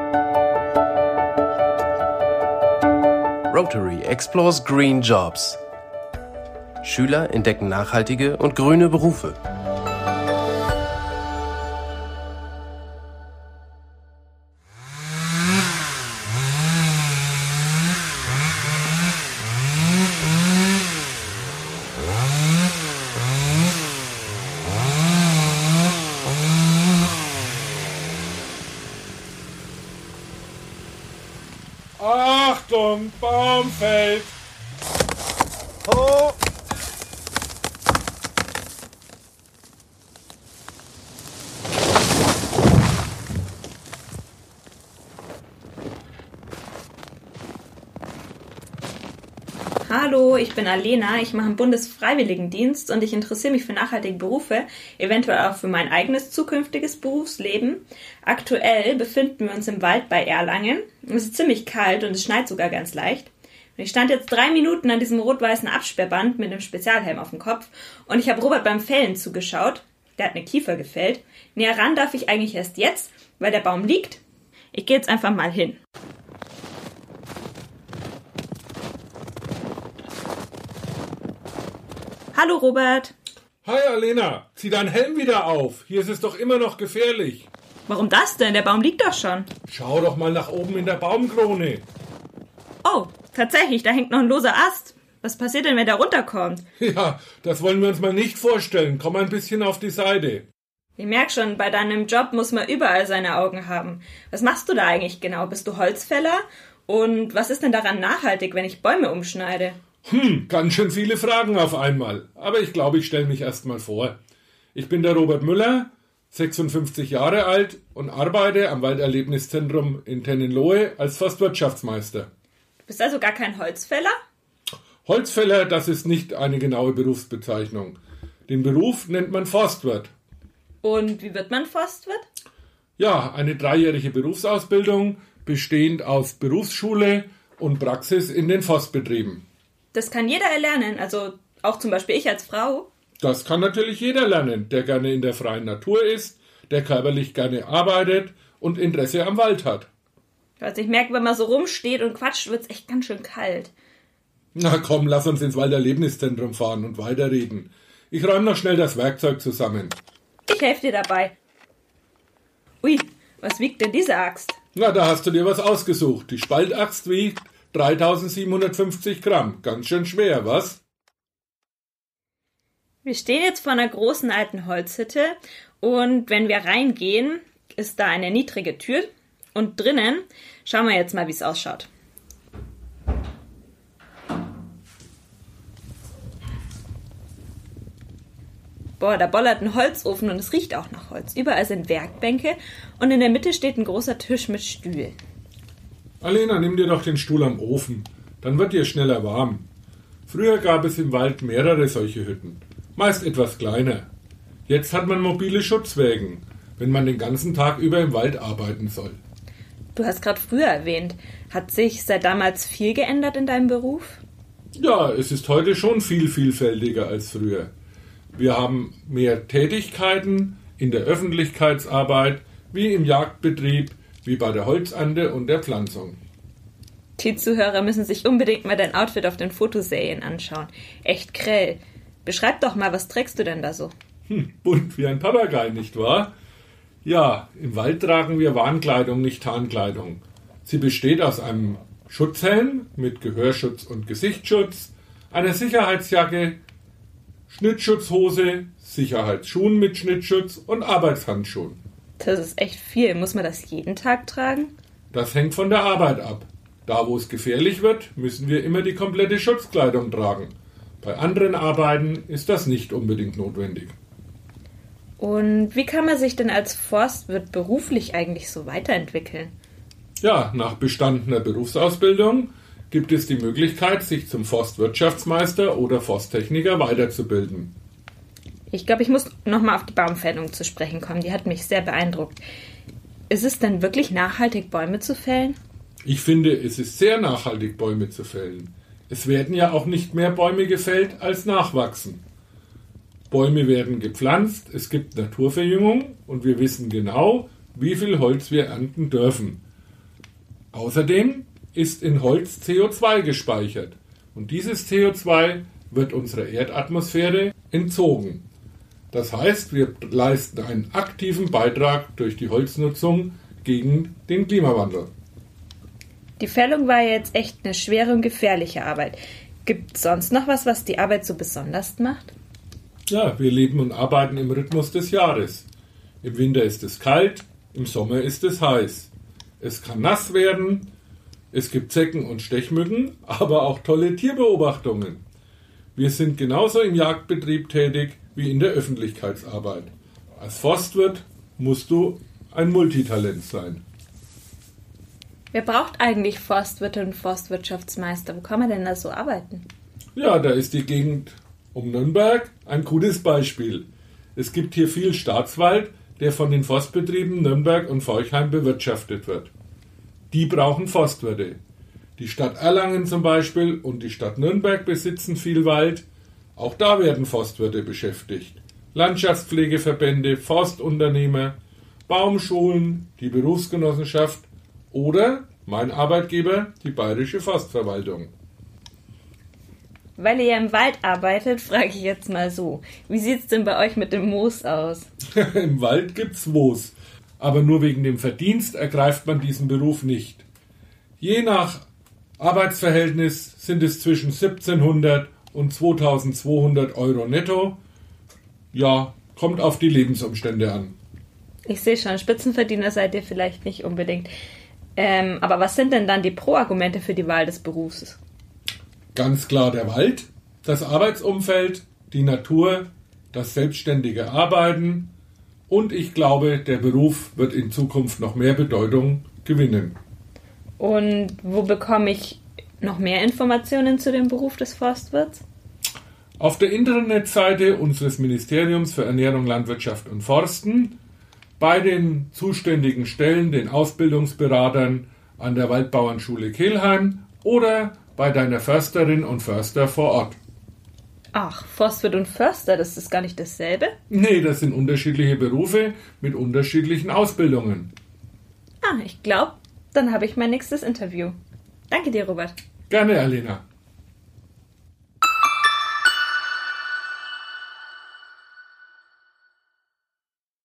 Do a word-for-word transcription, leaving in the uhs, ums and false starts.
Rotary explores green jobs. Schüler entdecken nachhaltige und grüne Berufe. Achtung, Baum fällt! Oh. Hallo, ich bin Alena, ich mache einen Bundesfreiwilligendienst und ich interessiere mich für nachhaltige Berufe, eventuell auch für mein eigenes zukünftiges Berufsleben. Aktuell befinden wir uns im Wald bei Erlangen. Es ist ziemlich kalt und es schneit sogar ganz leicht. Und ich stand jetzt drei Minuten an diesem rot-weißen Absperrband mit einem Spezialhelm auf dem Kopf und ich habe Robert beim Fällen zugeschaut. Der hat eine Kiefer gefällt. Näher ran darf ich eigentlich erst jetzt, weil der Baum liegt. Ich gehe jetzt einfach mal hin. Hallo Robert. Hi Alena, zieh deinen Helm wieder auf. Hier ist es doch immer noch gefährlich. Warum das denn? Der Baum liegt doch schon. Schau doch mal nach oben in der Baumkrone. Oh, tatsächlich, da hängt noch ein loser Ast. Was passiert denn, wenn der runterkommt? Ja, das wollen wir uns mal nicht vorstellen. Komm ein bisschen auf die Seite. Ich merk schon, bei deinem Job muss man überall seine Augen haben. Was machst du da eigentlich genau? Bist du Holzfäller? Und was ist denn daran nachhaltig, wenn ich Bäume umschneide? Hm, ganz schön viele Fragen auf einmal. Aber ich glaube, ich stelle mich erst mal vor. Ich bin der Robert Müller, sechsundfünfzig Jahre alt und arbeite am Walderlebniszentrum in Tennenlohe als Forstwirtschaftsmeister. Du bist also gar kein Holzfäller? Holzfäller, das ist nicht eine genaue Berufsbezeichnung. Den Beruf nennt man Forstwirt. Und wie wird man Forstwirt? Ja, eine dreijährige Berufsausbildung, bestehend aus Berufsschule und Praxis in den Forstbetrieben. Das kann jeder erlernen, also auch zum Beispiel ich als Frau. Das kann natürlich jeder lernen, der gerne in der freien Natur ist, der körperlich gerne arbeitet und Interesse am Wald hat. Also ich merke, wenn man so rumsteht und quatscht, wird es echt ganz schön kalt. Na komm, lass uns ins Walderlebniszentrum fahren und weiterreden. Ich räume noch schnell das Werkzeug zusammen. Ich helfe dir dabei. Ui, was wiegt denn diese Axt? Na, da hast du dir was ausgesucht. Die Spaltaxt wiegt dreitausendsiebenhundertfünfzig Gramm. Ganz schön schwer, was? Wir stehen jetzt vor einer großen alten Holzhütte und wenn wir reingehen, ist da eine niedrige Tür und drinnen schauen wir jetzt mal, wie es ausschaut. Boah, da bollert ein Holzofen und es riecht auch nach Holz. Überall sind Werkbänke und in der Mitte steht ein großer Tisch mit Stühlen. Alena, nimm dir doch den Stuhl am Ofen. Dann wird dir schneller warm. Früher gab es im Wald mehrere solche Hütten. Meist etwas kleiner. Jetzt hat man mobile Schutzwägen, wenn man den ganzen Tag über im Wald arbeiten soll. Du hast gerade früher erwähnt. Hat sich seit damals viel geändert in deinem Beruf? Ja, es ist heute schon viel vielfältiger als früher. Wir haben mehr Tätigkeiten in der Öffentlichkeitsarbeit, wie im Jagdbetrieb, wie bei der Holzernte und der Pflanzung. Die Zuhörer müssen sich unbedingt mal dein Outfit auf den Fotoserien anschauen. Echt grell. Beschreib doch mal, was trägst du denn da so? Hm, bunt wie ein Papagei, nicht wahr? Ja, im Wald tragen wir Warnkleidung, nicht Tarnkleidung. Sie besteht aus einem Schutzhelm mit Gehörschutz und Gesichtsschutz, einer Sicherheitsjacke, Schnittschutzhose, Sicherheitsschuhen mit Schnittschutz und Arbeitshandschuhen. Das ist echt viel. Muss man das jeden Tag tragen? Das hängt von der Arbeit ab. Da, wo es gefährlich wird, müssen wir immer die komplette Schutzkleidung tragen. Bei anderen Arbeiten ist das nicht unbedingt notwendig. Und wie kann man sich denn als Forstwirt beruflich eigentlich so weiterentwickeln? Ja, nach bestandener Berufsausbildung gibt es die Möglichkeit, sich zum Forstwirtschaftsmeister oder Forsttechniker weiterzubilden. Ich glaube, ich muss nochmal auf die Baumfällung zu sprechen kommen. Die hat mich sehr beeindruckt. Ist es denn wirklich nachhaltig, Bäume zu fällen? Ich finde, es ist sehr nachhaltig, Bäume zu fällen. Es werden ja auch nicht mehr Bäume gefällt, als nachwachsen. Bäume werden gepflanzt, es gibt Naturverjüngung und wir wissen genau, wie viel Holz wir ernten dürfen. Außerdem ist in Holz C O zwei gespeichert und dieses C O zwei wird unserer Erdatmosphäre entzogen. Das heißt, wir leisten einen aktiven Beitrag durch die Holznutzung gegen den Klimawandel. Die Fällung war jetzt echt eine schwere und gefährliche Arbeit. Gibt es sonst noch was, was die Arbeit so besonders macht? Ja, wir leben und arbeiten im Rhythmus des Jahres. Im Winter ist es kalt, im Sommer ist es heiß. Es kann nass werden, es gibt Zecken und Stechmücken, aber auch tolle Tierbeobachtungen. Wir sind genauso im Jagdbetrieb tätig wie in der Öffentlichkeitsarbeit. Als Forstwirt musst du ein Multitalent sein. Wer braucht eigentlich Forstwirte und Forstwirtschaftsmeister? Wo kann man denn da so arbeiten? Ja, da ist die Gegend um Nürnberg ein gutes Beispiel. Es gibt hier viel Staatswald, der von den Forstbetrieben Nürnberg und Forchheim bewirtschaftet wird. Die brauchen Forstwirte. Die Stadt Erlangen zum Beispiel und die Stadt Nürnberg besitzen viel Wald. Auch da werden Forstwirte beschäftigt. Landschaftspflegeverbände, Forstunternehmer, Baumschulen, die Berufsgenossenschaft oder mein Arbeitgeber, die Bayerische Forstverwaltung. Weil ihr ja im Wald arbeitet, frage ich jetzt mal so. Wie sieht es denn bei euch mit dem Moos aus? Im Wald gibt's Moos, aber nur wegen dem Verdienst ergreift man diesen Beruf nicht. Je nach Arbeitsverhältnis sind es zwischen siebzehnhundert und zweitausendzweihundert Euro netto. Ja, kommt auf die Lebensumstände an. Ich sehe schon, Spitzenverdiener seid ihr vielleicht nicht unbedingt. Ähm, aber was sind denn dann die Pro-Argumente für die Wahl des Berufs? Ganz klar der Wald, das Arbeitsumfeld, die Natur, das selbstständige Arbeiten und ich glaube, der Beruf wird in Zukunft noch mehr Bedeutung gewinnen. Und wo bekomme ich noch mehr Informationen zu dem Beruf des Forstwirts? Auf der Internetseite unseres Ministeriums für Ernährung, Landwirtschaft und Forsten, bei den zuständigen Stellen, den Ausbildungsberatern an der Waldbauernschule Kelheim oder bei deiner Försterin und Förster vor Ort. Ach, Forstwirt und Förster, das ist gar nicht dasselbe? Nee, das sind unterschiedliche Berufe mit unterschiedlichen Ausbildungen. Ah, ich glaube, dann habe ich mein nächstes Interview. Danke dir, Robert. Gerne, Alena.